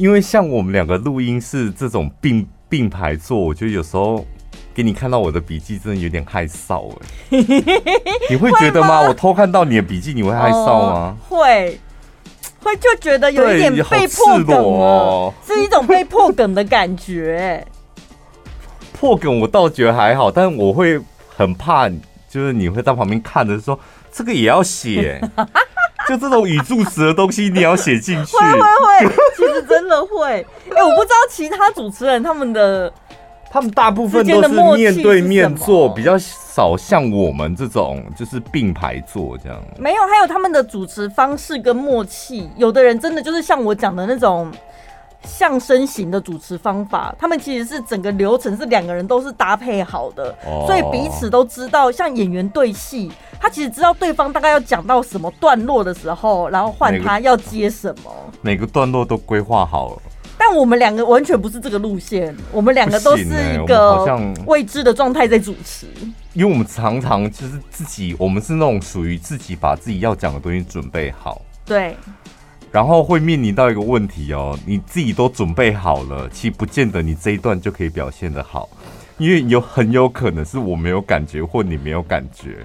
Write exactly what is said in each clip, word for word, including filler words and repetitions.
因为像我们两个录音是这种并并排坐，我觉得有时候给你看到我的笔记真的有点害臊哎。你会觉得吗？我偷看到你的笔记，你会害臊吗？ 哦、会。会就觉得有一点被破梗了，哦、是一种被破梗的感觉。 破梗我倒觉得还好，但我会很怕，就是你会在旁边看着说这个也要写，就这种语助词的东西你要写进去。 会会会，其实真的会。哎、欸，我不知道其他主持人他们的。 他们大部分都是面对面坐，比较少像我们这种就是并排坐这样。 没有，还有他们的主持方式跟默契，有的人真的就是像我讲的那种相声型的主持方法，他们其实是整个流程是两个人都是搭配好的，哦、所以彼此都知道。像演员对戏，他其实知道对方大概要讲到什么段落的时候，然后换他要接什么， 每个段落都规划好了。 但我们两个完全不是这个路线，我们两个都是一个未知的状态在主持。 因为我们常常就是自己，我们是那种属于自己把自己要讲的东西准备好， 对， 然后会面临到一个问题哦，你自己都准备好了，其实不见得你这一段就可以表现得好，因为有很有可能是我没有感觉，或你没有感觉，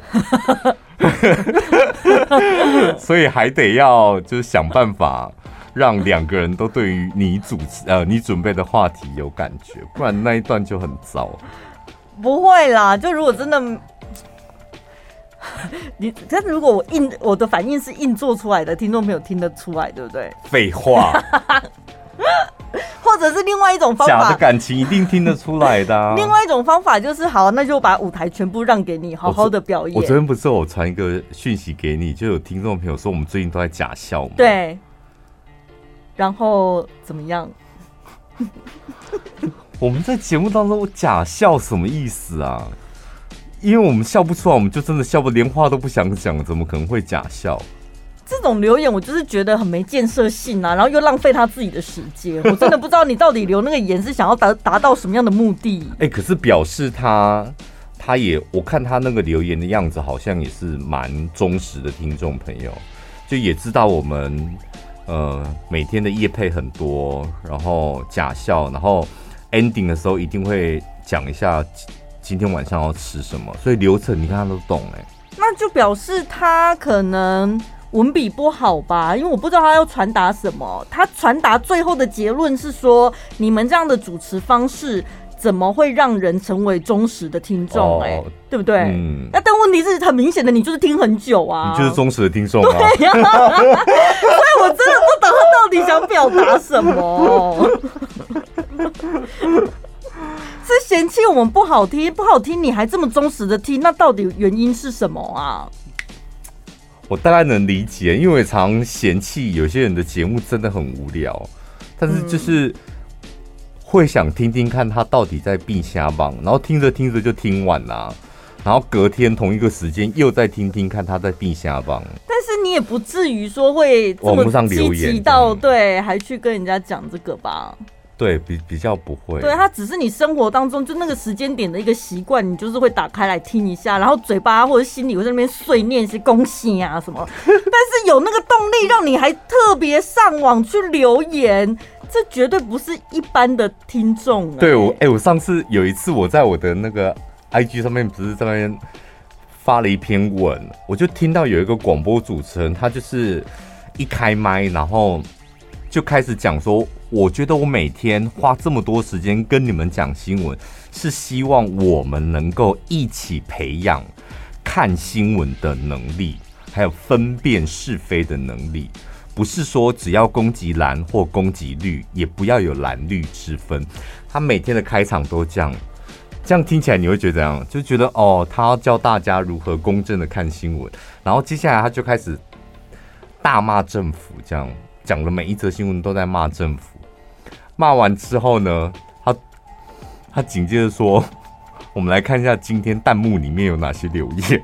所以还得要就是想办法。让两个人都对于你主持呃你准备的话题有感觉，不然那一段就很糟。 不会啦，就如果真的，你但是如果我硬我的反应是硬做出来的，听众朋友听得出来，对不对？ 废话。 或者是另外一种方法， 假的感情一定听得出来的、啊。 另外一种方法就是，好，那就把舞台全部让给你，好好的表演。 我昨天不是有传一个讯息给你，就有听众朋友说我们最近都在假笑嘛？ 对。然后怎么样？ 我们在节目当中假笑什么意思啊？因为我们笑不出来，我们就真的笑不，连话都不想讲，怎么可能会假笑？ 这种留言我就是觉得很没建设性啊，然后又浪费他自己的时间，我真的不知道你到底留那个言是想要达达到什么样的目的。 哎、欸，可是表示他他也，我看他那个留言的样子，好像也是蛮忠实的听众朋友，就也知道我们。呃，每天的业配很多，然后假笑，然后 ending 的时候一定会讲一下今天晚上要吃什么，所以流程你看他都懂哎、欸。 那就表示他可能文笔不好吧，因为我不知道他要传达什么。他传达最后的结论是说，你们这样的主持方式怎么会让人成为忠实的听众？哎、哦，对不对？嗯。那但问题是很明显的，你就是听很久啊， 你就是忠实的听众啊。 对呀、啊，所以我真的不懂他到底想表达什么。是嫌弃我们不好听，不好听你还这么忠实的听，那到底原因是什么啊？ 我大概能理解，因为我常嫌弃有些人的节目真的很无聊，但是就是。嗯会想听听看他到底在避瞎帮，然后听着听着就听完啦、啊，然后隔天同一个时间又再听听看他在避瞎帮。 但是你也不至于说会这么积极到对，还去跟人家讲这个吧？ 对，比比较不会。 对，它只是你生活当中就那个时间点的一个习惯，你就是会打开来听一下，然后嘴巴或者心里会在那边碎念一些恭喜啊什么。但是有那个动力让你还特别上网去留言。这绝对不是一般的听众、欸。 对，我哎、欸，我上次有一次我在我的那个 I G 上面不是在那边发了一篇文，我就听到有一个广播主持人，他就是一开麦，然后就开始讲说，我觉得我每天花这么多时间跟你们讲新闻，是希望我们能够一起培养看新闻的能力，还有分辨是非的能力。不是说只要攻击蓝或攻击绿，也不要有蓝绿之分。他每天的开场都这样，这样听起来你会觉得怎样？就觉得哦，他要教大家如何公正的看新闻，然后接下来他就开始大骂政府，这样讲的每一则新闻都在骂政府。骂完之后呢，他他紧接着说，我们来看一下今天弹幕里面有哪些留言。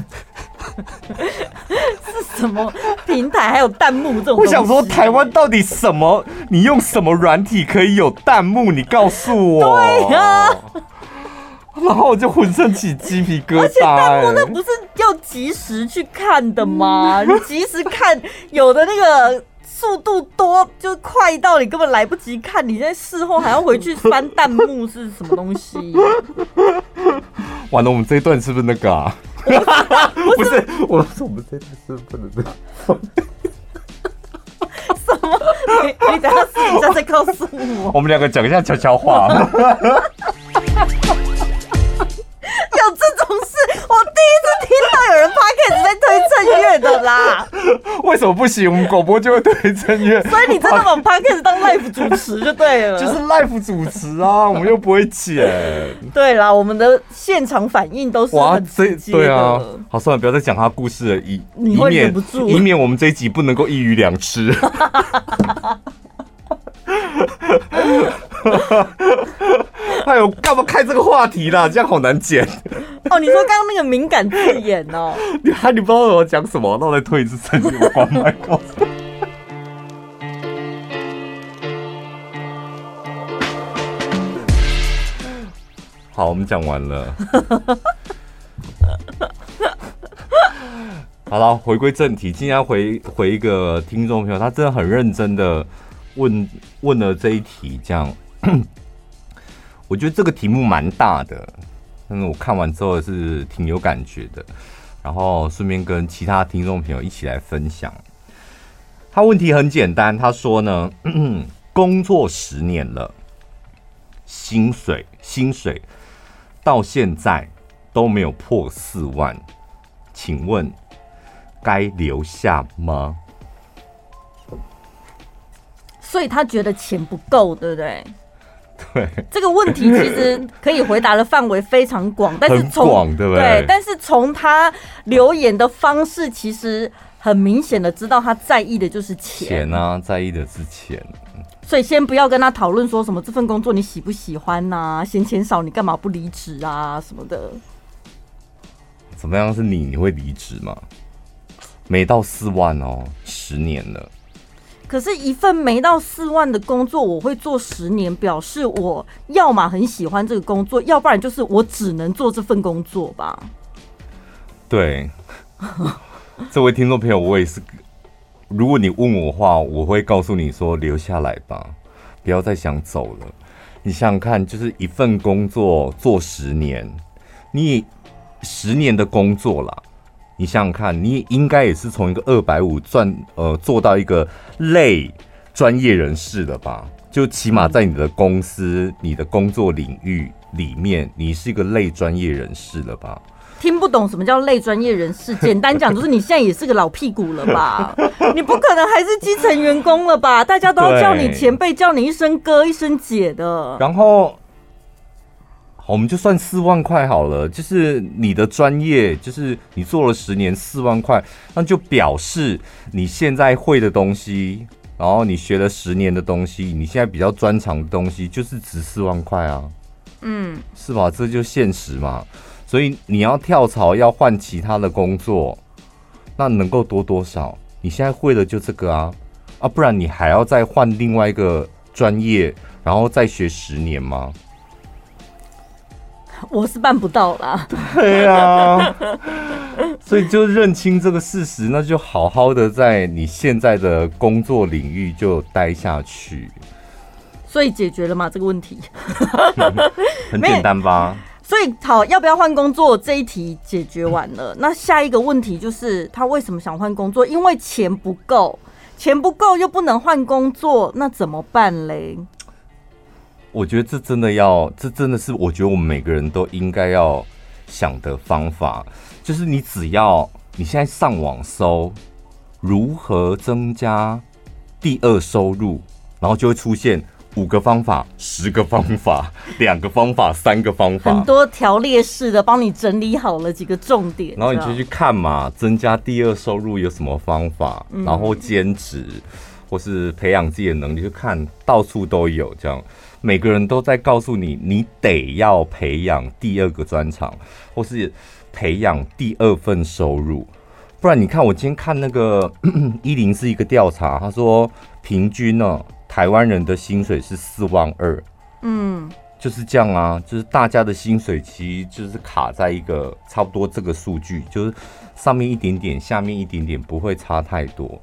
是什么平台还有弹幕这种？ 我想说，台湾到底什么？你用什么软体可以有弹幕？你告诉我。 对呀、啊。 然后我就浑身起鸡皮疙瘩、欸。而且弹幕那不是要及时去看的吗？你及时看，有的那个速度多，就快到你根本来不及看，你在事后还要回去翻弹幕是什么东西？ 完了，我们这一段是不是那个啊？不是，我说我们这一段是不能那个。 什么？你你等下私底下再告诉我。 我们两个讲一下悄悄话。 有这种事，我第一次听到有人 podcast 在推正月的啦。 为什么不行？我们广播就会推正月， 所以你真的把 podcast 当 live 主持就对了。 就是 live 主持啊，我们又不会剪。 对啦，我们的现场反应都是很直接的。 对啊，好，算了，不要再讲他故事了，以你会忍不住， 以免我们这一集不能够一鱼两吃。哎呦，干嘛开这个话题啦？这样好难剪。 哦，你说刚刚那个敏感字眼哦， 你还你不知道我讲什么，那我再推一次正月，我关麦告诉你。好，我们讲完了。好了，回归正题，今天要回回一个听众朋友，他真的很认真的问问了这一题，这样。我觉得这个题目蛮大的，但是我看完之后是挺有感觉的，然后顺便跟其他听众朋友一起来分享。他问题很简单，他说呢，工作十年了，薪水薪水到现在都没有破四万，请问该留下吗？ 所以他觉得钱不够，对不对？ 对， 这个问题其实可以回答的范围非常广，但是从很广，对不对？ 对，但是从他留言的方式，其实很明显的知道他在意的就是钱。 钱啊，在意的是钱。 所以先不要跟他讨论说什么这份工作你喜不喜欢啊，嫌钱少你干嘛不离职啊什么的。 怎么样是你？你会离职吗？没到四万哦，十年了。 可是，一份没到四万的工作，我会做十年，表示我要么很喜欢这个工作，要不然就是我只能做这份工作吧。 对，这位听众朋友，我也是。如果你问我的话，我会告诉你说留下来吧，不要再想走了。你想想看，就是一份工作做十年，你十年的工作啦。你想想看，你应该也是从一个二百五赚呃做到一个类专业人士了吧？就起码在你的公司、你的工作领域里面，你是一个类专业人士了吧？ 听不懂什么叫类专业人士，简单讲就是你现在也是个老屁股了吧？你不可能还是基层员工了吧？大家都要叫你前辈，叫你一声哥一声姐的。 然后。我们就算四万块好了，就是你的专业，就是你做了十年四万块，那就表示你现在会的东西，然后你学了十年的东西，你现在比较专长的东西，就是值四万块啊，嗯，是吧？这就现实嘛。所以你要跳槽，要换其他的工作，那能够多多少？你现在会的就这个啊，啊，不然你还要再换另外一个专业，然后再学十年吗？ 我是办不到啦。 对啊，所以就认清这个事实，那就好好的在你现在的工作领域就待下去。 所以解决了嘛这个问题？ 很简单吧？ 所以好，要不要换工作这一题解决完了，那下一个问题就是他为什么想换工作？因为钱不够，钱不够又不能换工作，那怎么办嘞？ 我觉得这真的要，这真的是我觉得我们每个人都应该要想的方法，就是你只要你现在上网搜如何增加第二收入，然后就会出现五个方法、十个方法、两个方法、三个方法， 很多条列式的帮你整理好了几个重点， 然后你就去看嘛，增加第二收入有什么方法，嗯、然后兼职或是培养自己的能力，就看到处都有这样。每个人都在告诉你，你得要培养第二个专长，或是培养第二份收入，不然你看，我今天看那个一零是一个调查，他说平均呢、哦，台湾人的薪水是四万二，嗯，就是这样啊，就是大家的薪水其实就是卡在一个差不多这个数据，就是上面一点点，下面一点点，不会差太多。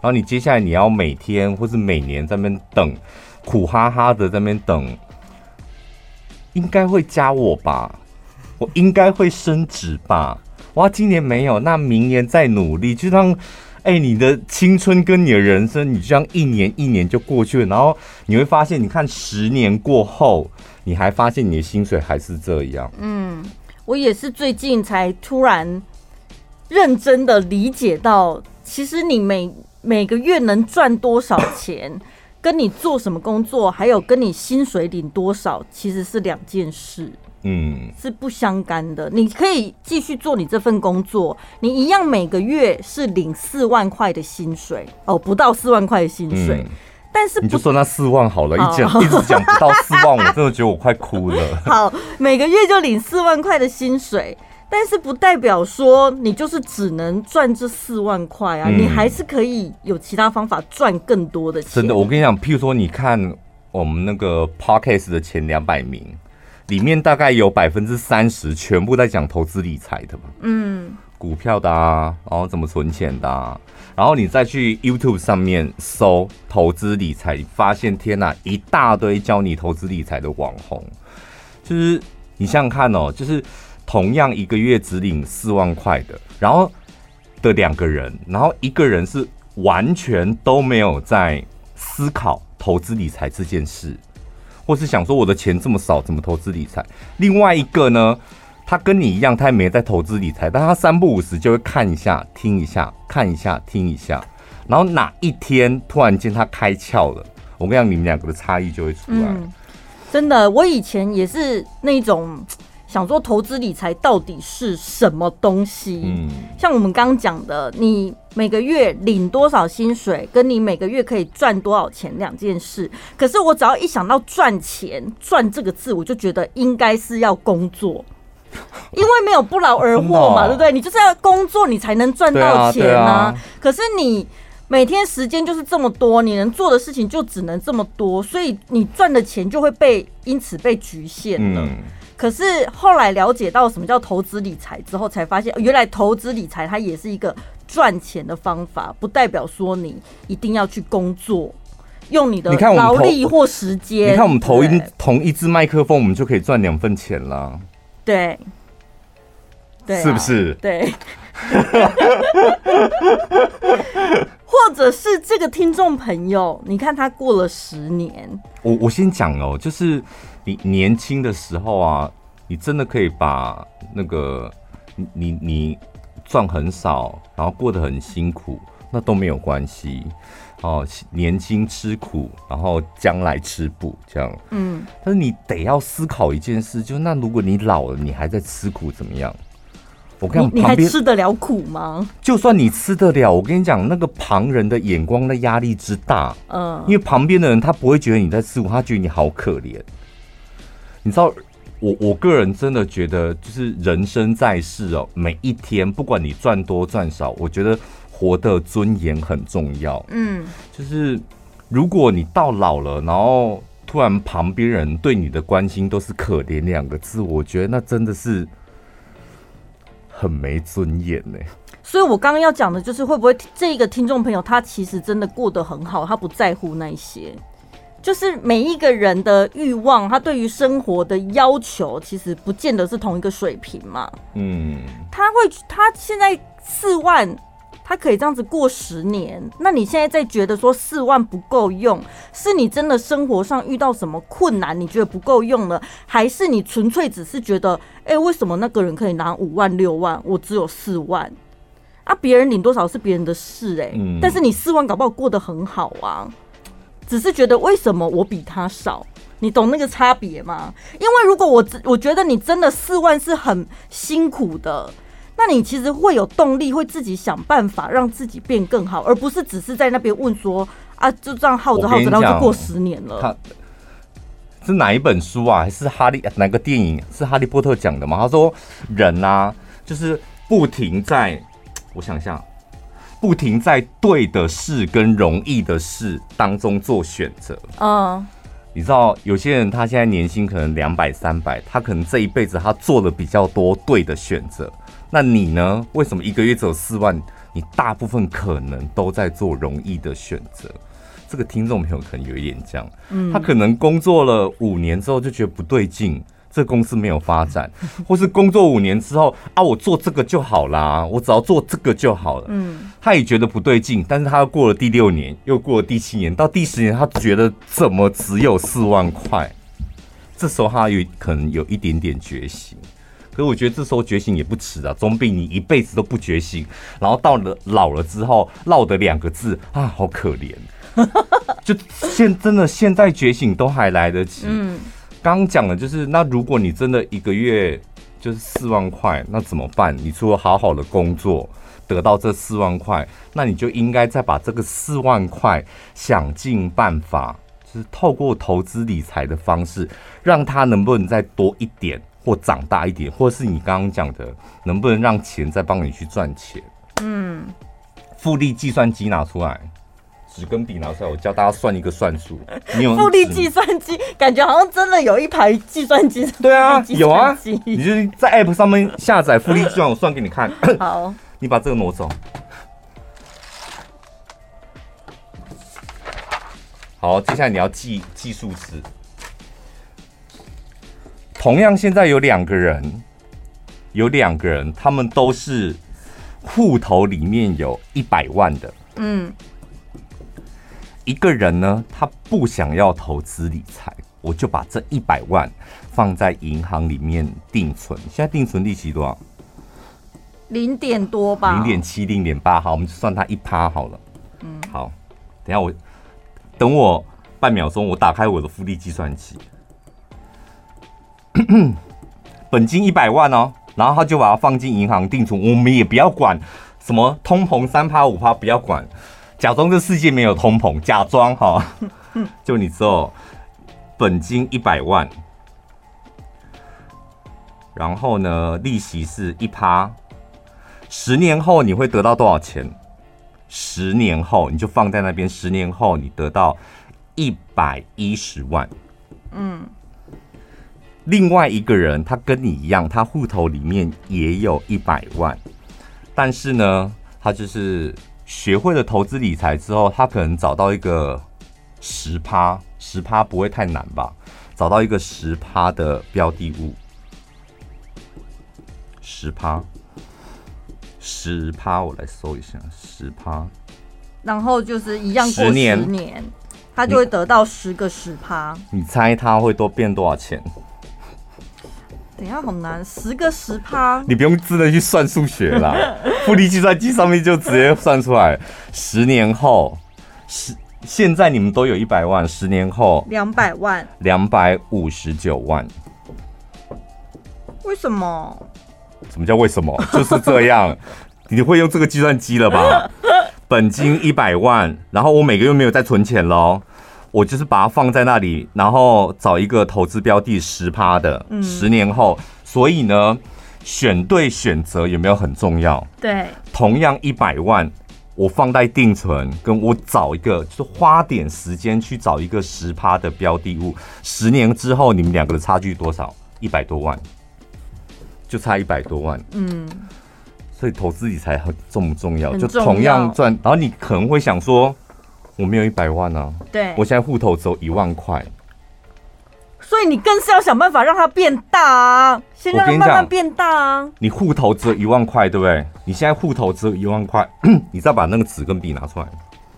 然后你接下来你要每天或是每年在那边等，苦哈哈的在那边等，应该会加我吧？我应该会升职吧？哇，今年没有，那明年再努力，就让哎、欸，你的青春跟你的人生，你就这样一年一年就过去了，然后你会发现，你看十年过后，你还发现你的薪水还是这样。 嗯，我也是最近才突然认真的理解到，其实你每每个月能赚多少钱，跟你做什么工作，还有跟你薪水领多少，其实是两件事。嗯，是不相干的。你可以继续做你这份工作，你一样每个月是领四万块的薪水哦，不到四万块的薪水。嗯，但是你就说那四万好了，一讲一直讲不到四万，我真的觉得我快哭了。 好，每个月就领四万块的薪水，但是不代表说你就是只能赚这四万块啊，嗯，你还是可以有其他方法赚更多的钱。 真的，我跟你讲，譬如说，你看我们那个 podcast 的前两百名。里面大概有百分之三十全部在讲投资理财的嘛，嗯，股票的啊，然后怎么存钱的啊，然后你再去 YouTube 上面搜投资理财，你发现天哪，一大堆教你投资理财的网红，就是你想想看哦，就是同样一个月只领四万块的，然后的两个人，然后一个人是完全都没有在思考投资理财这件事。或是想说我的钱这么少，怎么投资理财？另外一个呢，他跟你一样，他也没在投资理财，但他三不五时就会看一下、听一下、看一下、听一下，然后哪一天突然间他开窍了，我跟你讲，你们两个的差异就会出来。嗯， 真的，我以前也是那种想说投资理财到底是什么东西。嗯，像我们刚刚讲的，你每个月领多少薪水，跟你每个月可以赚多少钱两件事。可是我只要一想到赚钱，赚这个字，我就觉得应该是要工作，因为没有不劳而获嘛，对不对？你就是要工作，你才能赚到钱啊。啊可是你每天时间就是这么多，你能做的事情就只能这么多，所以你赚的钱就会被因此被局限了。嗯，可是后来了解到什么叫投资理财之后，才发现原来投资理财它也是一个赚钱的方法，不代表说你一定要去工作，用你的劳力或时间。 你看我们投一同一支麦克风，我们就可以赚两份钱啦。 对，对、啊， 是不是？ 对。或者是这个听众朋友，你看他过了十年， 我我先讲哦，就是你年轻的时候啊，你真的可以把那个你你你赚很少，然后过得很辛苦，那都没有关系哦。年轻吃苦，然后将来吃补，这样。嗯，但是你得要思考一件事，就是那如果你老了，你还在吃苦，怎么样？我跟你讲，你还吃得了苦吗？ 就算你吃得了，我跟你讲，那个旁人的眼光的压力之大，嗯，因为旁边的人他不会觉得你在吃苦，他觉得你好可怜。你知道，我我个人真的觉得，就是人生在世哦，每一天不管你赚多赚少，我觉得活的尊严很重要。嗯，就是如果你到老了，然后突然旁边人对你的关心都是可怜两个字，我觉得那真的是很没尊严呢。 所以我刚刚要讲的就是，会不会这个听众朋友他其实真的过得很好，他不在乎那些。就是每一个人的欲望，他对于生活的要求，其实不见得是同一个水平嘛。嗯，他会，他现在四万，他可以这样子过十年。那你现在在觉得说四万不够用，是你真的生活上遇到什么困难，你觉得不够用了，还是你纯粹只是觉得，哎、欸，为什么那个人可以拿五万六万，我只有四万？啊，别人领多少是别人的事、欸，哎、嗯，但是你四万搞不好过得很好啊。只是觉得为什么我比他少，你懂那个差别吗？因为如果我我觉得你真的四万是很辛苦的，那你其实会有动力，会自己想办法让自己变更好，而不是只是在那边问说啊，就这样耗着耗着，然后就过十年了。 是哪一本书啊？还是哈利哪个电影？是哈利波特讲的吗？他说人啊，就是不停在，我想一下。不停在对的事跟容易的事当中做选择。嗯，你知道有些人他现在年薪可能两百三百，他可能这一辈子他做了比较多对的选择。那你呢？为什么一个月只有四万？ 你大部分可能都在做容易的选择。这个听众朋友可能有一点这样，嗯，他可能工作了五年之后就觉得不对劲，这个公司没有发展，或是工作五年之后啊，我做这个就好啦，我只要做这个就好了，嗯，他也觉得不对劲，但是他过了第六年，又过了第七年，到第十年，他觉得怎么只有四万块？这时候他有可能有一点点觉醒。可是我觉得这时候觉醒也不迟啊，总比你一辈子都不觉醒，然后到了老了之后落得两个字啊，好可怜。就现真的现在觉醒都还来得及。嗯，刚刚讲的就是，那如果你真的一个月就是四万块，那怎么办？你除了好好的工作得到这四万块，那你就应该再把这个四万块想尽办法，就是透过投资理财的方式，让它能不能再多一点。或长大一点，或是你刚刚讲的，能不能让钱再帮你去赚钱？嗯，复利计算机拿出来，纸跟笔拿出来，我教大家算一个算术。你有复利计算机，感觉好像真的有一排计算机。 对啊，有啊，你就在 App 上面下载复利计算，我算给你看。 好， 你把这个挪走。好，接下来你要记记数词。同样，现在有两个人，有两个人，他们都是户头里面有一百万的。嗯，一个人呢，他不想要投资理财，我就把这一百万放在银行里面定存。现在定存利息多少？ 零点多吧， 零点七、零点八。好，我们就算它一趴好了。嗯，好，等一下我等我半秒钟，我打开我的复利计算器。本金一百万哦，然后他就把它放进银行定存，我们也不要管什么通膨三趴五趴，不要管，假装这世界没有通膨，假装哈，就你只有本金一百万，然后呢，利息是一趴，十年后你会得到多少钱？十年后你就放在那边，十年后你得到一百一十万，嗯。另外一个人，他跟你一样，他户头里面也有一百万，但是呢，他就是学会了投资理财之后，他可能找到一个十趴，十趴不会太难吧？找到一个十趴的标的物，十趴，十趴，我来搜一下，十趴， 然后就是一样过十年，十年他就会得到十个十趴。 你猜他会多变多少钱？ 等一下好难，十个十趴， 你不用真的去算数学啦，复利计算机上面就直接算出来。十年后，十现在你们都有一百万，十年后两百万， 两百五十九万。 为什么？ 什么叫为什么？就是这样，你会用这个计算机了吧？本金一百万，然后我每个月没有再存钱喽。我就是把它放在那里，然后找一个投资标的十趴的，十、嗯、年后，所以呢，选对选择有没有很重要？ 对， 同样一百万，我放在定存，跟我找一个，就是花点时间去找一个十趴的标的物，十年之后你们两个的差距多少？一百多万，就差一百多万。嗯，所以投资理财很重不重要？就同样赚，然后你可能会想说。我没有一百万啊， 对， 我现在户头只有一万块， 所以你更是要想办法让它变大啊，先让它慢慢变大啊。 你户头只有一万块，对不对？你现在户头只有一万块，你再把那个纸跟笔拿出来，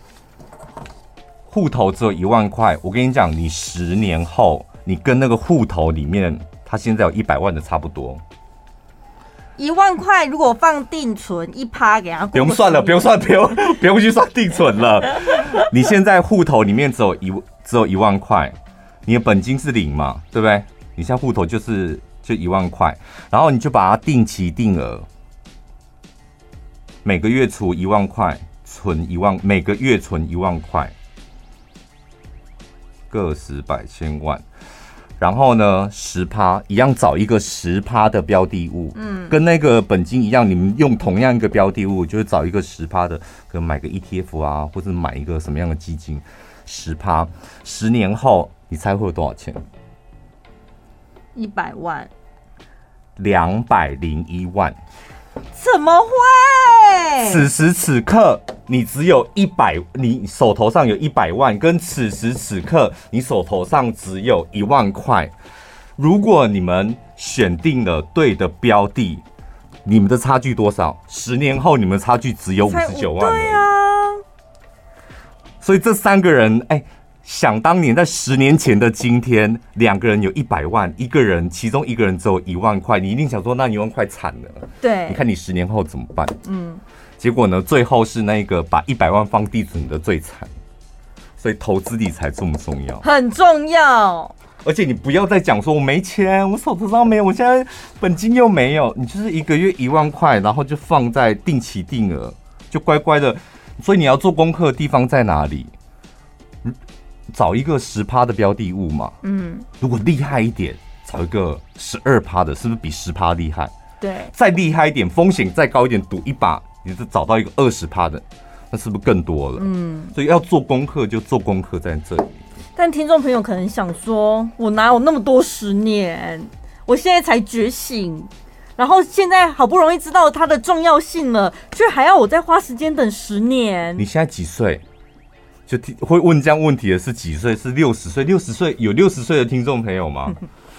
户头只有一万块，我跟你讲，你十年后，你跟那个户头里面，它现在有一百万的差不多。 一万块如果放定存一趴给他， 不用算了，不用算，不用不用去算定存了。你现在户头里面只有一只有一万块，你的本金是零嘛，对不对？你现在户头就是就一万块，然后你就把它定期定额，每个月除一万块，存一万，每个月存一万块，个十百千万。然后呢，十趴一样找一个十趴的标的物，嗯，跟那个本金一样，你们用同样一个标的物，就是找一个十趴的，可能买个 E T F 啊，或者买一个什么样的基金，十趴，十年后你猜会有多少钱？ 一百万， 两百零一万。 怎么会？ 此时此刻你只有一百，你手头上有一百万，跟此时此刻你手头上只有一万块。如果你们选定了对的标的，你们的差距多少？十年后你们差距只有五十九万。 对啊。 所以这三个人，哎、欸，想当年在十年前的今天，两个人有一百万，一个人其中一个人只有一万块，你一定想说那一万块惨了。 对， 你看你十年后怎么办？ 嗯， 结果呢，最后是那个把一百万放地存的最惨。所以投资理财这么重要， 很重要。 而且你不要再讲说我没钱，我手头上没有，我现在本金又没有，你就是一个月一万块，然后就放在定期定额，就乖乖的。所以你要做功课的地方在哪里？找一个十趴的标的物嘛。嗯，如果厉害一点，找一个十二趴的，是不是比十趴厉害？ 对。再厉害一点，风险再高一点，赌一把，你就找到一个二十趴的，那是不是更多了？嗯。所以要做功课就做功课在这里。 但听众朋友可能想说，我哪有那么多十年？我现在才觉醒，然后现在好不容易知道它的重要性了，却还要我再花时间等十年。 你现在几岁？就会问这样问题的是几岁？是六十岁？六十岁有六十岁的听众朋友吗？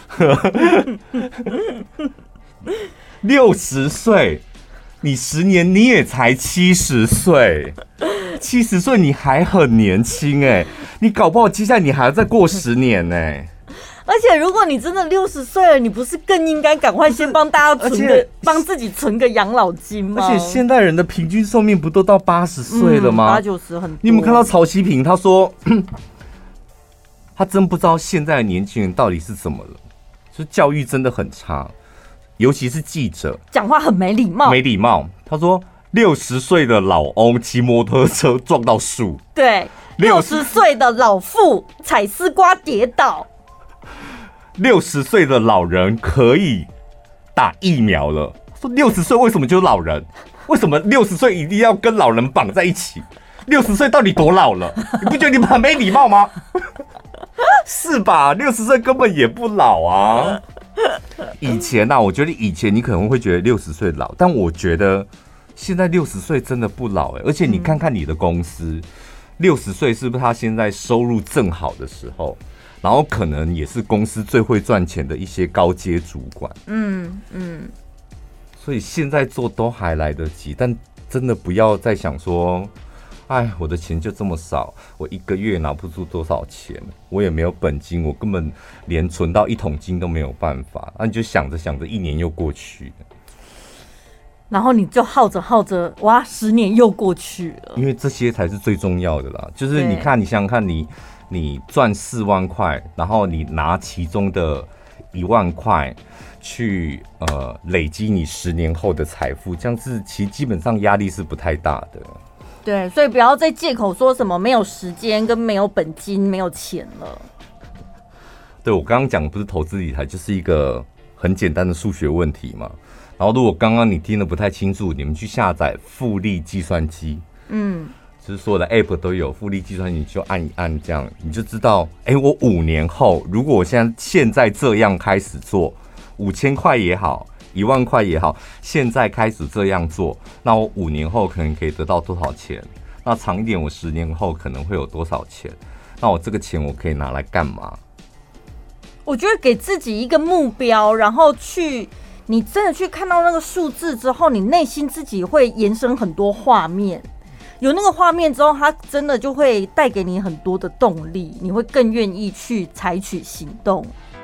六十岁，你十年你也才七十岁，七十岁你还很年轻哎、欸，你搞不好接下来你还要再过十年哎、欸。 而且如果你真的六十岁了，你不是更应该赶快先帮大家存个，帮自己存个养老金吗？ 而且现代人的平均寿命不都到八十岁了吗？ 八九十很多。 你有没有看到曹希平？他说，他真不知道现在的年轻人到底是怎么了，就是教育真的很差，尤其是记者， 讲话很没礼貌， 没礼貌。他说，六十岁的老翁骑摩托车撞到树， 对，六十岁的老妇采丝瓜跌倒。 六十岁的老人可以打疫苗了。说六十岁为什么就是老人？为什么六十岁一定要跟老人绑在一起？六十岁到底多老了？你不觉得你们很没礼貌吗？是吧？六十岁根本也不老啊。以前啊，我觉得以前你可能会觉得六十岁老，但我觉得现在六十岁真的不老哎、欸。而且你看看你的公司，六十岁是不是他现在收入正好的时候？然后可能也是公司最会赚钱的一些高阶主管，嗯嗯，所以现在做都还来得及，但真的不要再想说，哎，我的钱就这么少，我一个月拿不出多少钱，我也没有本金，我根本连存到一桶金都没有办法，那你就想着想着，一年又过去了， 然后你就耗着耗着，哇，十年又过去了， 因为这些才是最重要的啦，就是你看，你想想看你。你赚四万块，然后你拿其中的一万块去呃累积你十年后的财富，这样是其实基本上压力是不太大的。 对，所以不要再借口说什么没有时间跟没有本金、没有钱了。 对，我刚刚讲的不是投资理财，就是一个很简单的数学问题嘛。然后如果刚刚你听得不太清楚，你们去下载复利计算机，嗯。就是所有的 App 都有复利计算，你就按一按，这样你就知道，哎、欸，我五年后，如果我现在现在这样开始做，五千块也好，一万块也好，现在开始这样做，那我五年后可能可以得到多少钱？那长一点，我十年后可能会有多少钱？那我这个钱我可以拿来干嘛？ 我觉得给自己一个目标，然后去，你真的去看到那个数字之后，你内心自己会延伸很多画面。有那个画面之后，它真的就会带给你很多的动力，你会更愿意去采取行动。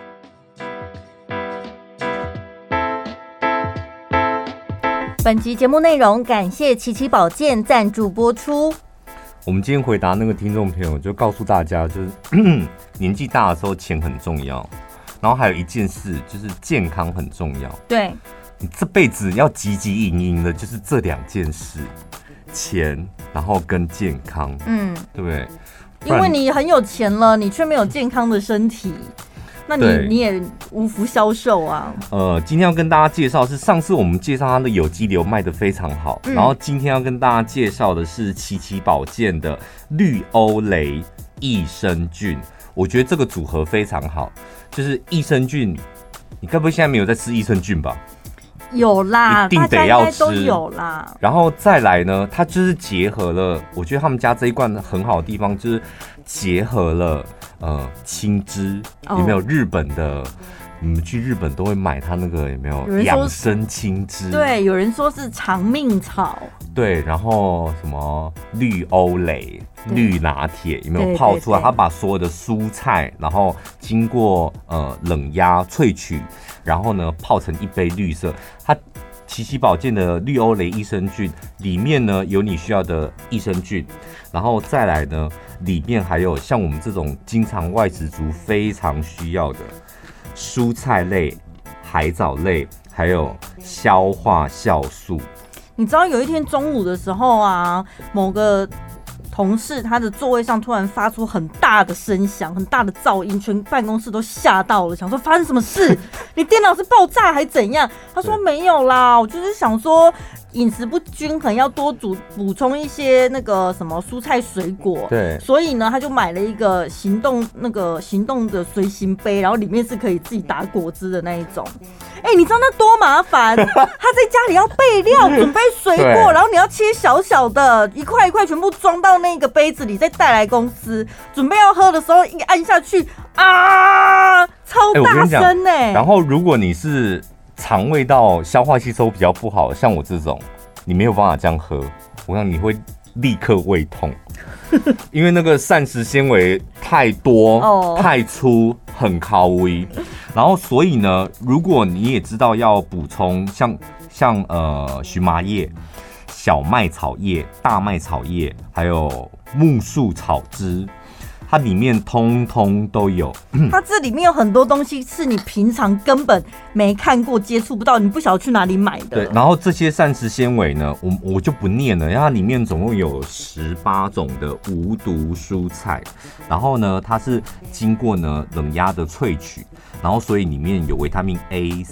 本集节目内容感谢奇奇保健赞助播出。 我们今天回答那个听众朋友，就告诉大家，就是年纪大的时候钱很重要，然后还有一件事就是健康很重要。 对， 你这辈子要汲汲营营的，就是这两件事。钱，然后跟健康，嗯，对不对？ 因为你很有钱了，你却没有健康的身体，那你你也无福消受啊。 呃，今天要跟大家介绍是上次我们介绍它的有机硫卖得非常好，嗯、然后今天要跟大家介绍的是奇奇保健的绿欧蕾益生菌。我觉得这个组合非常好，就是益生菌，你该不会现在没有在吃益生菌吧？ 有啦， 一定得要吃， 大家应该都有啦。 然后再来呢，它就是结合了，我觉得他们家这一罐很好的地方就是结合了呃青汁，有没有日本的？你们去日本都会买它那个有没有养生青汁？ 对，有人说是长命草。 对，然后什么绿欧蕾、绿拿铁有没有泡出来？它把所有的蔬菜，然后经过呃冷压萃取，然后呢泡成一杯绿色。它奇奇保健的绿欧蕾益生菌里面呢有你需要的益生菌，然后再来呢里面还有像我们这种经常外食族非常需要的蔬菜类、海藻类，还有消化酵素。 你知道有一天中午的时候啊，某个同事他的座位上突然发出很大的声响，很大的噪音，全办公室都吓到了，想说发生什么事？你电脑是爆炸还怎样？他说没有啦，我就是想说饮食不均衡，要多补补充一些那个什么蔬菜水果。 对， 所以呢，他就买了一个行动那个行动的随行杯，然后里面是可以自己打果汁的那一种。哎、欸，你知道那多麻烦？他在家里要备料，准备水果，然后你要切小小的，一块一块全部装到那个杯子里，再带来公司。准备要喝的时候，一按下去啊，超大声哎、欸！ 然后如果你是肠胃道消化吸收比较不好，像我这种，你没有办法这样喝，我想你会立刻胃痛，因为那个膳食纤维太多、oh. 太粗，很高危。然后所以呢，如果你也知道要补充像像呃荨麻叶、小麦草叶、大麦草叶，还有木树草汁。它里面通通都有， 它这里面有很多东西是你平常根本没看过、接触不到，你不晓得去哪里买的。 对，然后这些膳食纤维呢，我我就不念了，因为它里面总共有十八种的无毒蔬菜，然后呢，它是经过呢冷压的萃取，然后所以里面有维他命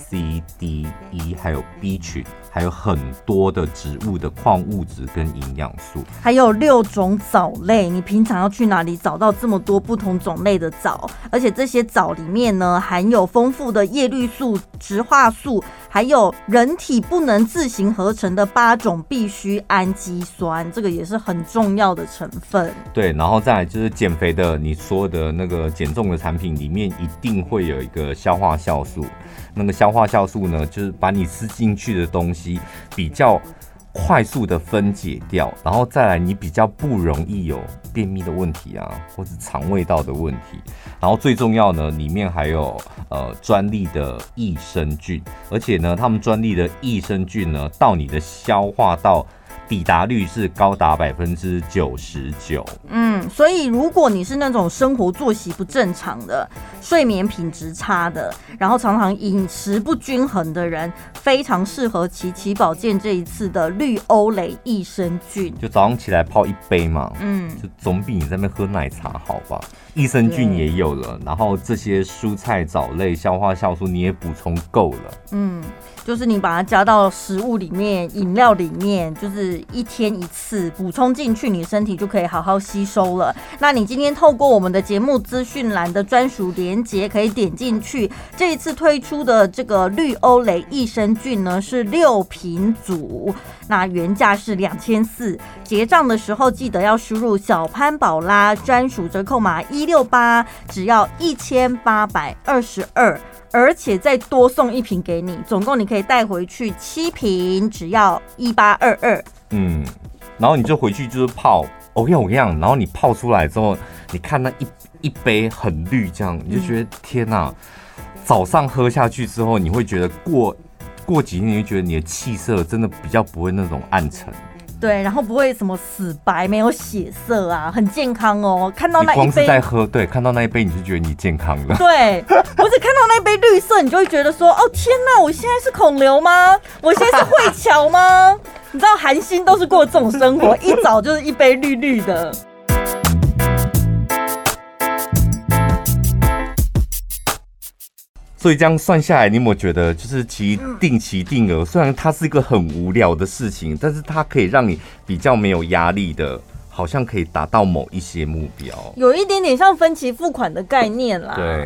A、C、D、E， 还有 B 群。还有很多的植物的矿物质跟营养素， 还有六种藻类。你平常要去哪里找到这么多不同种类的藻？而且这些藻里面呢，含有丰富的叶绿素、植化素，还有人体不能自行合成的八种必需氨基酸，这个也是很重要的成分。 对，然后再来就是减肥的，你所有的那个减重的产品里面一定会有一个消化酵素。那个消化酵素呢，就是把你吃进去的东西比较快速的分解掉，然后再来你比较不容易有便秘的问题啊，或是肠胃道的问题。然后最重要呢，里面还有呃专利的益生菌，而且呢，他们专利的益生菌呢，到你的消化道抵达率是高达百分之九十九。 嗯，所以如果你是那种生活作息不正常的、睡眠品质差的，然后常常饮食不均衡的人，非常适合奇奇保健这一次的绿欧蕾益生菌。 就早上起来泡一杯嘛， 嗯， 就总比你在那边喝奶茶好吧？益生菌也有了，然后这些蔬菜藻类、消化酵素你也补充够了。 嗯，就是你把它加到食物里面、饮料里面，就是一天一次补充进去，你身体就可以好好吸收了。那你今天透过我们的节目资讯栏的专属连结，可以点进去。这一次推出的这个绿欧蕾益生菌呢，是六瓶组，那原价是两千四，结账的时候记得要输入小潘宝拉专属折扣码一六八，只要一千八百二十二。而且再多送一瓶给你，总共你可以带回去七瓶，只要一八二二。 嗯，然后你就回去就是泡，我跟你讲，然后你泡出来之后，你看那一一杯很绿，这样你就觉得、嗯、天哪！早上喝下去之后，你会觉得过过几天，你会觉得你的气色真的比较不会那种暗沉。 对，然后不会什么死白没有血色啊，很健康哦。看到那一杯， 你光是在喝，对，看到那一杯你就觉得你健康了。 对，我只看到那杯绿色，你就会觉得说，哦天哪，我现在是孔刘吗？我现在是慧乔吗？你知道韩星都是过这种生活，一早就是一杯绿绿的。 所以这样算下来，你有没有觉得，就是其定期定额，虽然它是一个很无聊的事情，但是它可以让你比较没有压力的，好像可以达到某一些目标， 有一点点像分期付款的概念啦。 对。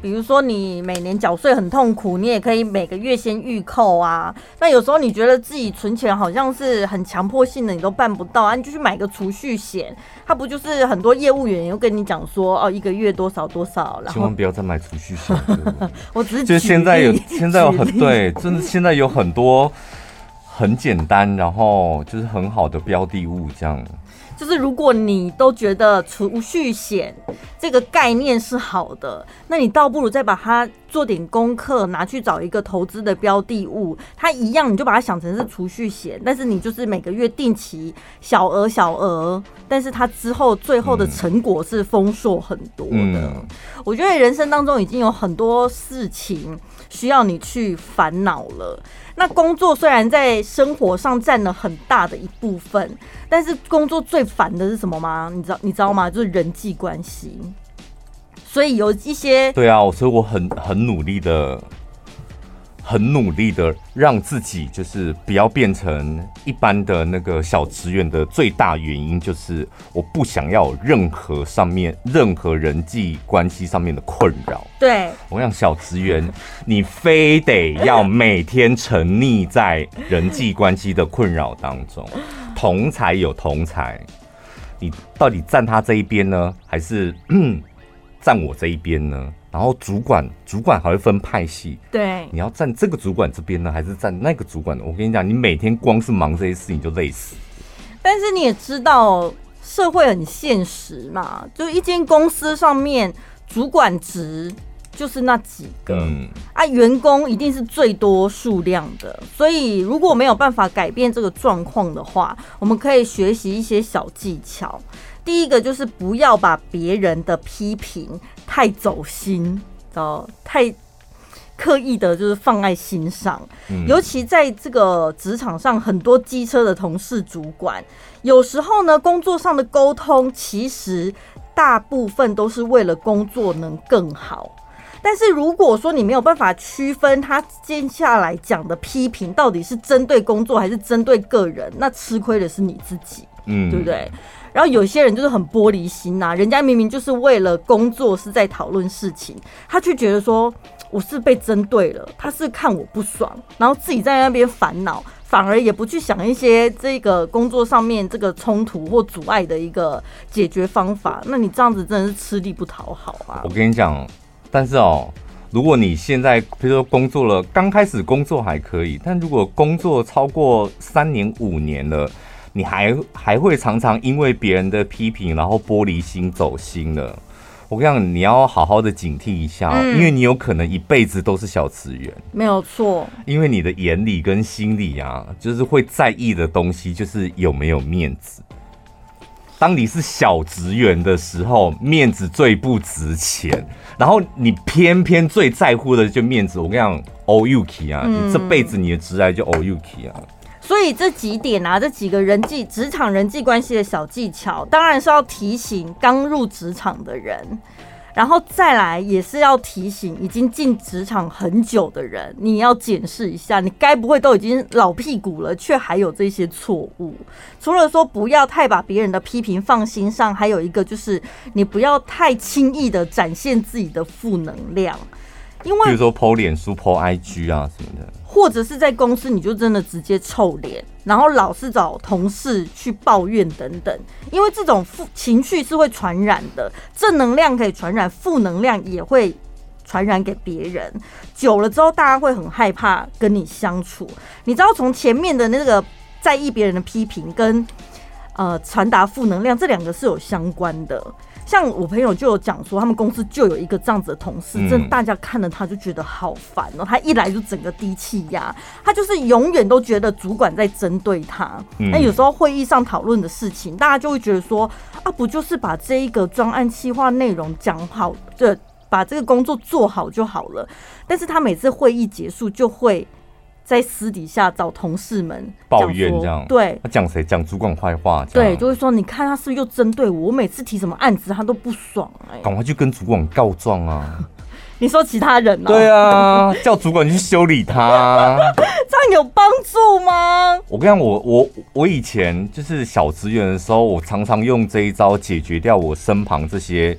比如说你每年缴税很痛苦，你也可以每个月先预扣啊。那有时候你觉得自己存钱好像是很强迫性的，你都办不到啊，你就去买个储蓄险。它不就是很多业务员又跟你讲说，哦，一个月多少多少，然后千万不要再买储蓄险。 我只是就是现在有现在有很对，真的现在有很多很简单，然后就是很好的标的物这样。 就是如果你都觉得储蓄险这个概念是好的，那你倒不如再把它做点功课，拿去找一个投资的标的物，它一样你就把它想成是储蓄险，但是你就是每个月定期小额小额，但是它之后最后的成果是丰硕很多的。嗯、我觉得人生当中已经有很多事情需要你去烦恼了。那工作虽然在生活上占了很大的一部分，但是工作最烦的是什么吗？你知道你知道吗？就是人际关系。所以有一些对啊，所以我很很努力的。很努力的让自己就是不要变成一般的那个小职员的最大原因，就是我不想要有任何上面任何人际关系上面的困扰。 对， 我想小职员，你非得要每天沉溺在人际关系的困扰当中。同才有同才，你到底站他这一边呢，还是站我这一边呢？然后主管，主管还会分派系， 对， 你要站这个主管这边呢，还是站那个主管呢？我跟你讲，你每天光是忙这些事情就累死。 但是你也知道，社会很现实嘛，就一间公司上面主管职就是那几个，嗯、啊，员工一定是最多数量的。所以如果没有办法改变这个状况的话，我们可以学习一些小技巧。第一个就是不要把别人的批评太走心，哦，太刻意的，就是放在心上。嗯、尤其在这个职场上，很多机车的同事、主管，有时候呢，工作上的沟通其实大部分都是为了工作能更好。但是如果说你没有办法区分他接下来讲的批评到底是针对工作还是针对个人，那吃亏的是你自己，嗯，对不对？然后有些人就是很玻璃心呐、啊，人家明明就是为了工作是在讨论事情，他却觉得说我是被针对了，他是看我不爽，然后自己在那边烦恼，反而也不去想一些这个工作上面这个冲突或阻碍的一个解决方法。那你这样子真的是吃力不讨好啊！ 我跟你讲，但是哦，如果你现在比如说工作了，刚开始工作还可以，但如果工作超过三年五年了，你还还会常常因为别人的批评，然后玻璃心走心了。我跟你讲，你要好好的警惕一下、哦嗯，因为你有可能一辈子都是小职员， 没有错。因为你的眼里跟心里啊，就是会在意的东西，就是有没有面子。当你是小职员的时候，面子最不值钱，然后你偏偏最在乎的就面子。我跟你讲 ，all you key 啊、嗯，你这辈子你的职来就 all you key 啊。 所以这几点啊，这几个人际职场人际关系的小技巧，当然是要提醒刚入职场的人，然后再来也是要提醒已经进职场很久的人，你要检视一下，你该不会都已经老屁股了，却还有这些错误？除了说不要太把别人的批评放心上，还有一个就是你不要太轻易的展现自己的负能量。因为比如说 po 脸书 po I G 啊什么的， 或者是在公司你就真的直接臭脸，然后老是找同事去抱怨等等，因为这种负情绪是会传染的，正能量可以传染，负能量也会传染给别人，久了之后大家会很害怕跟你相处。你知道从前面的那个在意别人的批评跟呃传达负能量这两个是有相关的。像我朋友就有讲说，他们公司就有一个这样子的同事，真的大家看了他就觉得好烦哦。他一来就整个低气压，他就是永远都觉得主管在针对他。那有时候会议上讨论的事情，大家就会觉得说啊，不就是把这一个专案企划内容讲好，就把这个工作做好就好了。但是他每次会议结束就会在私底下找同事们抱怨，这样对， 他讲谁？讲主管坏话， 对，就会说你看他是不是又针对我？我每次提什么案子他都不爽、欸，哎， 赶快去跟主管告状啊！ 你说其他人啊？ 对啊，叫主管去修理他， 这样有帮助吗？ 我跟你讲，我我我以前就是小职员的时候，我常常用这一招解决掉我身旁这些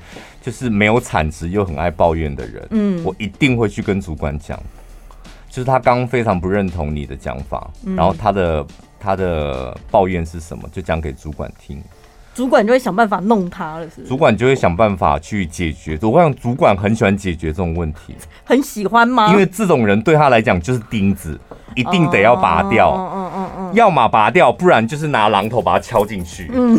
就是没有产值又很爱抱怨的人，嗯，我一定会去跟主管讲，就是他刚刚非常不认同你的讲法，嗯、然后他的他的抱怨是什么，就讲给主管听。 主管就会想办法弄他了，是不是？ 主管就会想办法去解决。我想主管很喜欢解决这种问题， 很喜欢吗？ 因为这种人对他来讲就是钉子，一定得要拔掉。嗯嗯嗯嗯，要么拔掉，不然就是拿榔头把它敲进去。嗯，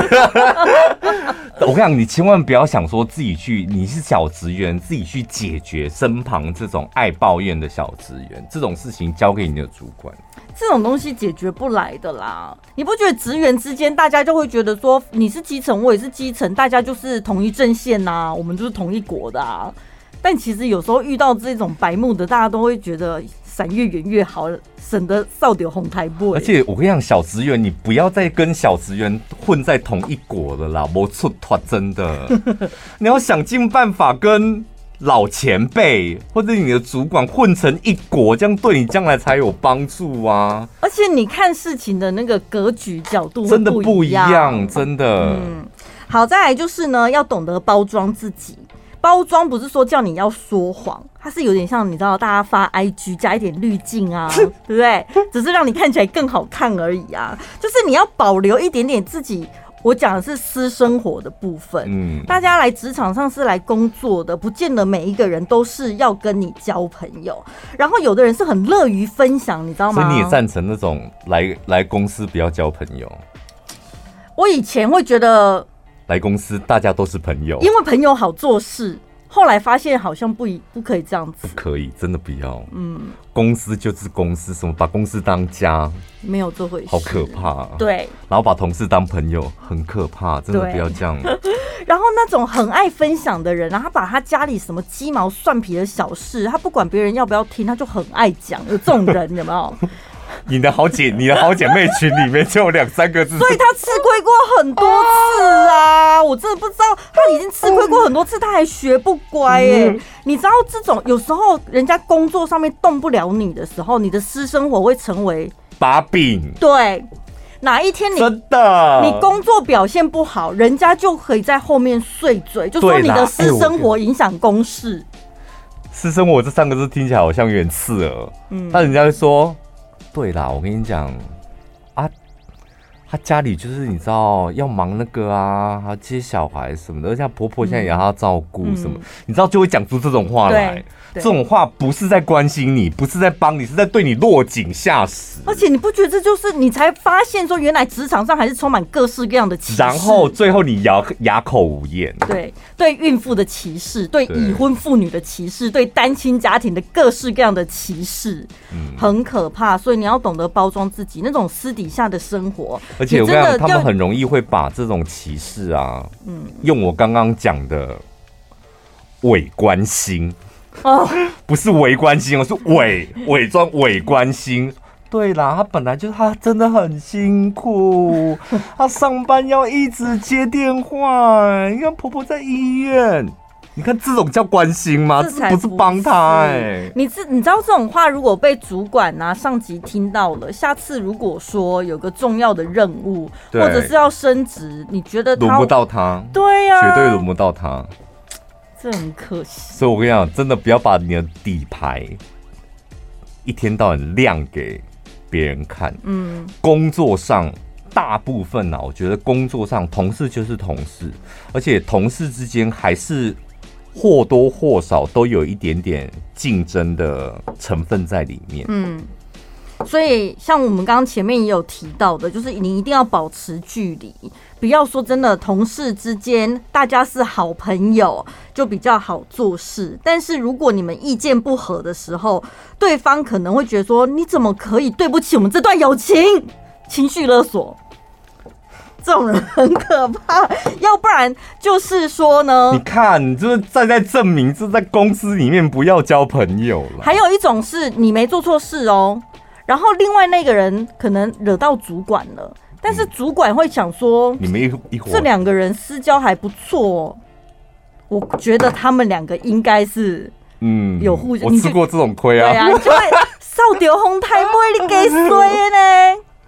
我跟你讲，你千万不要想说自己去，你是小职员，自己去解决身旁这种爱抱怨的小职员，这种事情交给你的主管。 这种东西解决不来的啦，你不觉得职员之间大家就会觉得说你是基层我也是基层，大家就是同一阵线啊，我们就是同一国的啊。但其实有时候遇到这种白目的，大家都会觉得闪越远越好，省得扫丢红台布。 而且我跟你讲，小职员你不要再跟小职员混在同一国了啦，没出团真的，你要想尽办法跟老前辈或者你的主管混成一国，这样对你将来才有帮助啊！ 而且你看事情的那个格局角度真的不一样，真的。嗯， 好，再来就是呢，要懂得包装自己。包装不是说叫你要说谎，它是有点像你知道，大家发 I G 加一点滤镜啊，对不对？只是让你看起来更好看而已啊。就是你要保留一点点自己。我讲的是私生活的部分，嗯，大家来职场上是来工作的，不见得每一个人都是要跟你交朋友。然后有的人是很乐于分享，你知道吗？ 所以你也赞成那种来来公司不要交朋友？ 我以前会觉得来公司大家都是朋友， 因为朋友好做事。后来发现好像不不可以这样子， 不可以，真的不要。嗯，公司就是公司，什么把公司当家， 没有这回事， 好可怕、啊。 对， 然后把同事当朋友，很可怕，真的不要这样。 然后那种很爱分享的人，然后他把他家里什么鸡毛蒜皮的小事，他不管别人要不要听，他就很爱讲。有这种人有没有？ 你的好姐，你的好姐妹群里面就有两三个字， 所以他吃亏过很多次啊！我真的不知道，他已经吃亏过很多次，他还学不乖哎、欸嗯！你知道这种有时候人家工作上面动不了你的时候，你的私生活会成为把柄。 对，哪一天你真的你工作表现不好，人家就可以在后面碎嘴，就说你的私生活影响公事。 私生活这三个字听起来好像有点刺耳，嗯，但人家会说。对啦，我跟你讲啊，他家里就是你知道要忙那个啊，还要接小孩什么的，而且婆婆现在也要照顾什么，嗯、你知道就会讲出这种话来。这种话不是在关心你，不是在帮你，是在对你落井下石。 而且你不觉得这就是你才发现说，原来职场上还是充满各式各样的歧视。 然后最后你哑哑口无言。 对，对孕妇的歧视，对已婚妇女的歧视，对单亲家庭的各式各样的歧视，嗯、很可怕。所以你要懂得包装自己那种私底下的生活。 而且我跟你讲，他们很容易会把这种歧视啊，嗯，用我刚刚讲的伪关心。哦，不是伪关心哦，是伪伪装伪关心。对啦，他本来就是他真的很辛苦，他上班要一直接电话。你看婆婆在医院，你看这种叫关心吗？这不是帮他哎、欸。 你知你知道这种话如果被主管啊上级听到了，下次如果说有个重要的任务或者是要升职，你觉得他轮不到他？ 对呀、啊， 绝对轮不到他。 这很可惜， 所以我跟你讲，真的不要把你的底牌一天到晚亮给别人看。嗯，工作上大部分啊，我觉得工作上同事就是同事，而且同事之间还是或多或少都有一点点竞争的成分在里面。嗯。 所以，像我们刚刚前面也有提到的，就是你一定要保持距离，不要说真的同事之间大家是好朋友就比较好做事。但是如果你们意见不合的时候，对方可能会觉得说你怎么可以对不起我们这段友情，情绪勒索。这种人很可怕，要不然就是说呢， 你看，你就是在在证明，这在公司里面不要交朋友了。 还有一种是你没做错事哦。然后另外那个人可能惹到主管了，但是主管会想说， 你们一一伙这两个人私交还不错，我觉得他们两个应该是嗯有互相。 我吃过这种亏啊， 对啊，你就会扫丢红台杯，你给谁呢？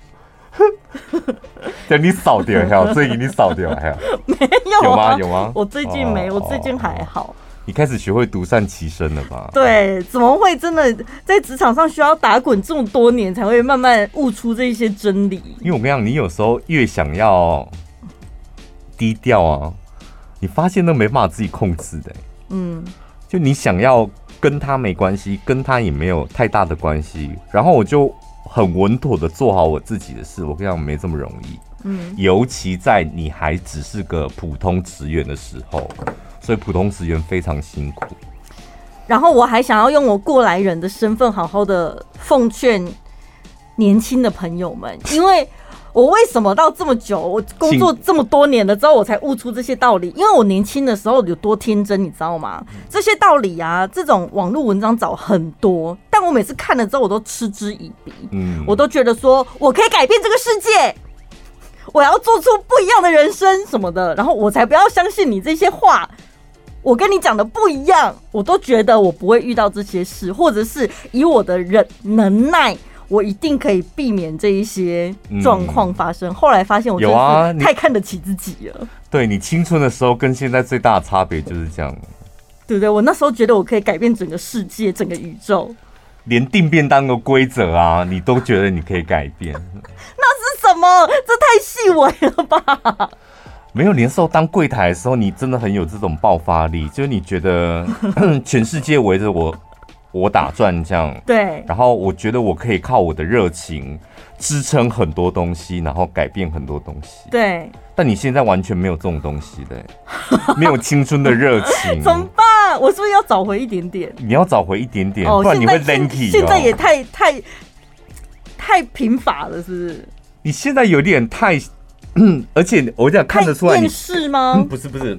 对，你扫掉还所以你扫掉还没有、啊、 有吗？有吗？ 我最近没，哦、我最近还好。 哦你开始学会独善其身了吧？ 对，怎么会真的在职场上需要打滚这么多年，才会慢慢悟出这些真理？ 因为我跟你讲，你有时候越想要低调啊，你发现都没办法自己控制的、欸。嗯，就你想要跟他没关系，跟他也没有太大的关系，然后我就很稳妥的做好我自己的事。我跟你讲，没这么容易。嗯，尤其在你还只是个普通职员的时候。所以普通职员非常辛苦， 然后我还想要用我过来人的身份，好好的奉劝年轻的朋友们，因为我为什么到这么久，我工作这么多年了之后，我才悟出这些道理？因为我年轻的时候有多天真，你知道吗？这些道理啊，这种网络文章找很多，但我每次看了之后，我都嗤之以鼻。嗯，我都觉得说我可以改变这个世界，我要做出不一样的人生什么的，然后我才不要相信你这些话。我跟你讲的不一样，我都觉得我不会遇到这些事，或者是以我的人能耐，我一定可以避免这一些状况发生。嗯、后来发现我真的是太看得起自己了。 对，你青春的时候跟现在最大的差别就是这样， 对不对？我那时候觉得我可以改变整个世界、整个宇宙， 连订便当的规则啊，你都觉得你可以改变。 那是什么？这太细微了吧？ 没有，连受当柜台的时候，你真的很有这种爆发力，就是你觉得全世界围着我我打转这样， 对。 然后我觉得我可以靠我的热情支撑很多东西，然后改变很多东西， 对。 但你现在完全没有这种东西的，没有青春的热情， 怎么办？我是不是要找回一点点？ 你要找回一点点，哦、不然你会 lanky、哦。 现在也太太太贫乏了，是不是？ 你现在有点太。嗯，而且我讲看得出来你， 厌世吗、 嗯？不是不是，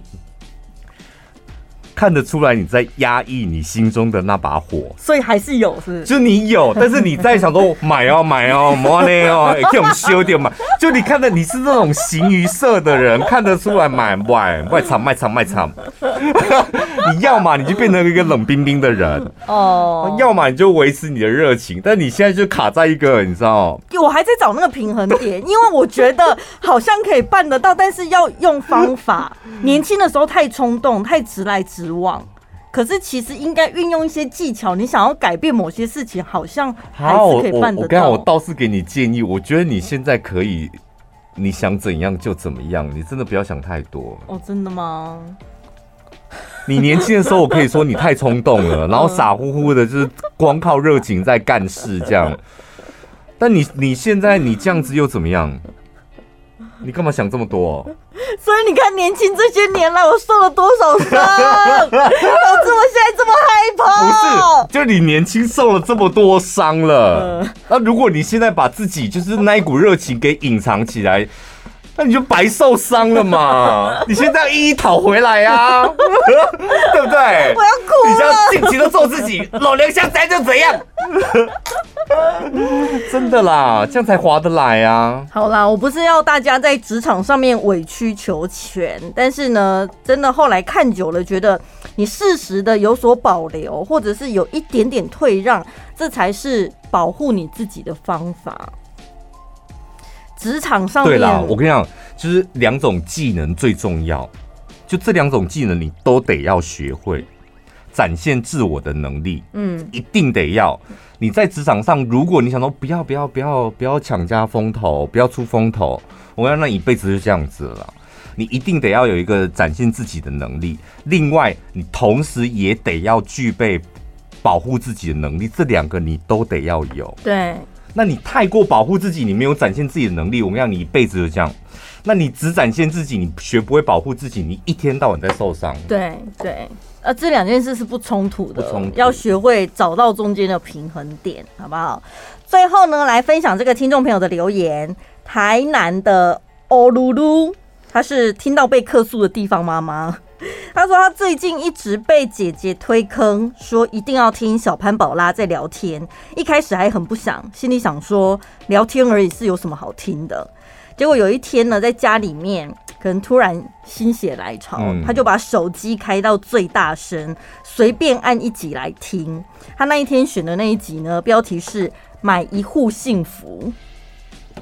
看得出来你在压抑你心中的那把火， 所以还是有，是不是？ 就你有，但是你在想说买哦买哦，莫呢哦，给我们修点嘛。就你看的你是那种形于色的人，看得出来买买卖场卖场卖场。你要嘛你就变成一个冷冰冰的人哦，要么你就维持你的热情，但你现在就卡在一个你知道， 我还在找那个平衡点，因为我觉得好像可以办得到，但是要用方法。年轻的时候太冲动，太直来直往。可是其实应该运用一些技巧，你想要改变某些事情，好像还是可以办得到。我刚才我倒是给你建议，我觉得你现在可以，你想怎样就怎么样，你真的不要想太多。 哦，真的吗？ 你年轻的时候，我可以说你太冲动了，然后傻乎乎的，就是光靠热情在干事这样。但你你现在你这样子又怎么样？你干嘛想这么多？ 所以你看，年轻这些年来，我受了多少伤，导致我现在这么害怕。 不是，就你年轻受了这么多伤了，那、呃、如果你现在把自己就是那一股热情给隐藏起来，那你就白受伤了嘛！你现在要一一讨回来啊，对不对？ 我要哭了！ 你这样尽情的做自己，老娘想怎样就怎样。真的啦，这样才划得来啊！ 好啦，我不是要大家在职场上面委曲求全，但是呢，真的后来看久了，觉得你适时的有所保留，或者是有一点点退让，这才是保护你自己的方法。职场上面， 对啦，我跟你讲，就是两种技能最重要，就这两种技能你都得要学会，展现自我的能力，嗯，一定得要。你在职场上，如果你想说不要不要不要不要抢家风头，不要出风头，我要那一辈子就这样子了啦。你一定得要有一个展现自己的能力，另外你同时也得要具备保护自己的能力，这两个你都得要有。 对。 那你太过保护自己，你没有展现自己的能力，我跟你讲，你一辈子就这样。那你只展现自己，你学不会保护自己，你一天到晚在受伤。 对对，呃，这两件事是不冲突的， 不冲突， 要学会找到中间的平衡点，好不好？最后呢，来分享这个听众朋友的留言，台南的欧噜噜，她是听到被客诉的地方妈妈。他说他最近一直被姐姐推坑，说一定要听小潘宝拉在聊天。一开始还很不想，心里想说聊天而已是有什么好听的。结果有一天呢，在家里面可能突然心血来潮，嗯、他就把手机开到最大声，随便按一集来听。他那一天选的那一集呢，标题是“买一户幸福”。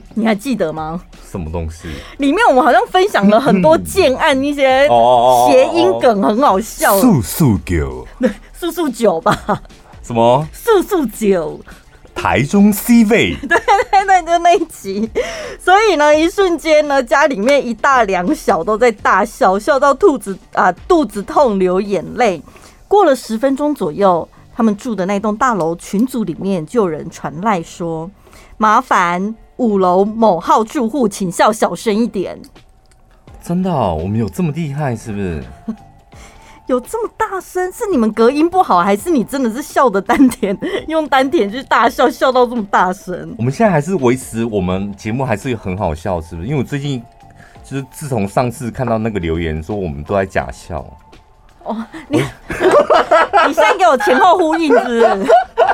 你还记得吗？ 什么东西？ 里面我们好像分享了很多建案一些谐音梗，很好笑。 素素酒， 对，素素酒吧？ 什么？ 素素酒。 台中 C 位， 对对对，就那一集。所以呢，一瞬间呢，家里面一大两小都在大笑，笑到肚子啊肚子痛流眼泪。过了十分钟左右，他们住的那栋大楼群组里面就有人传赖说：“麻烦五楼某号住户请笑小声一点。” 真的、哦，我们有这么厉害是不是？ 有这么大声？是你们隔音不好，还是你真的是笑的丹田用丹田去大笑，笑到这么大声？ 我们现在还是维持我们节目还是很好笑，是不是？因为我最近就是自从上次看到那个留言说我们都在假笑。 哦，你你现在给我前后呼应是不是？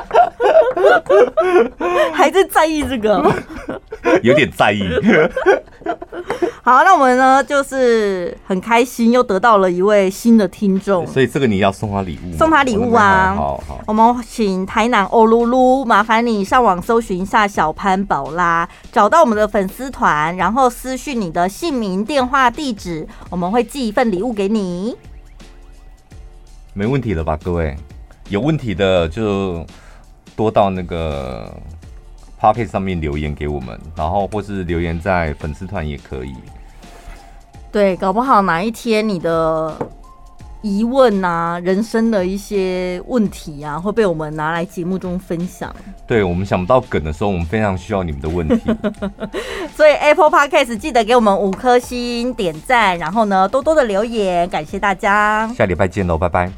还在在意这个？ 有点在意。 好，那我们呢就是很开心，又得到了一位新的听众， 所以这个你要送他礼物， 送他礼物啊！ 好好， 我们请台南欧噜噜，麻烦你上网搜寻一下小潘宝拉，找到我们的粉丝团，然后私讯你的姓名、电话、地址，我们会寄一份礼物给你。 没问题了吧，各位？有问题的就多到那个 Podcast 上面留言给我们，然后或是留言在粉丝团也可以。 对，搞不好哪一天你的疑问啊、人生的一些问题啊，会被我们拿来节目中分享。 对，我们想不到梗的时候，我们非常需要你们的问题。 所以 Apple Podcast 记得给我们五颗星点赞，然后呢多多的留言，感谢大家。 下礼拜见喽，拜拜。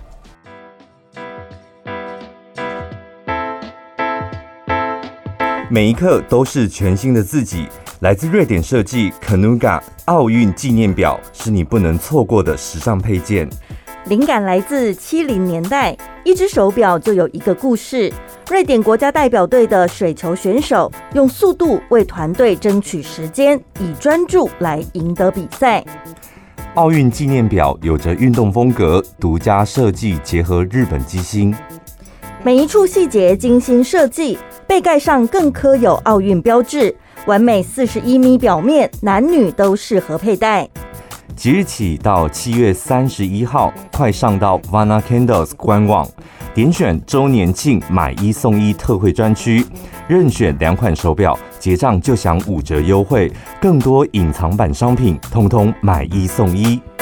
每一刻都是全新的自己。来自瑞典设计 Kanuga 奥运纪念表是你不能错过的时尚配件。 灵感来自七零年代，一只手表就有一个故事。瑞典国家代表队的水球选手用速度为团队争取时间，以专注来赢得比赛。 奥运纪念表有着运动风格，独家设计结合日本机芯， 每一处细节精心设计，背盖上更刻有奥运标志。完美四十一米表面，男女都适合佩戴。 即日起到七月三十一号，快上到 Vana Candles 官网，点选周年庆买一送一特惠专区，任选两款手表，结账就享五折优惠，更多隐藏版商品，通通买一送一。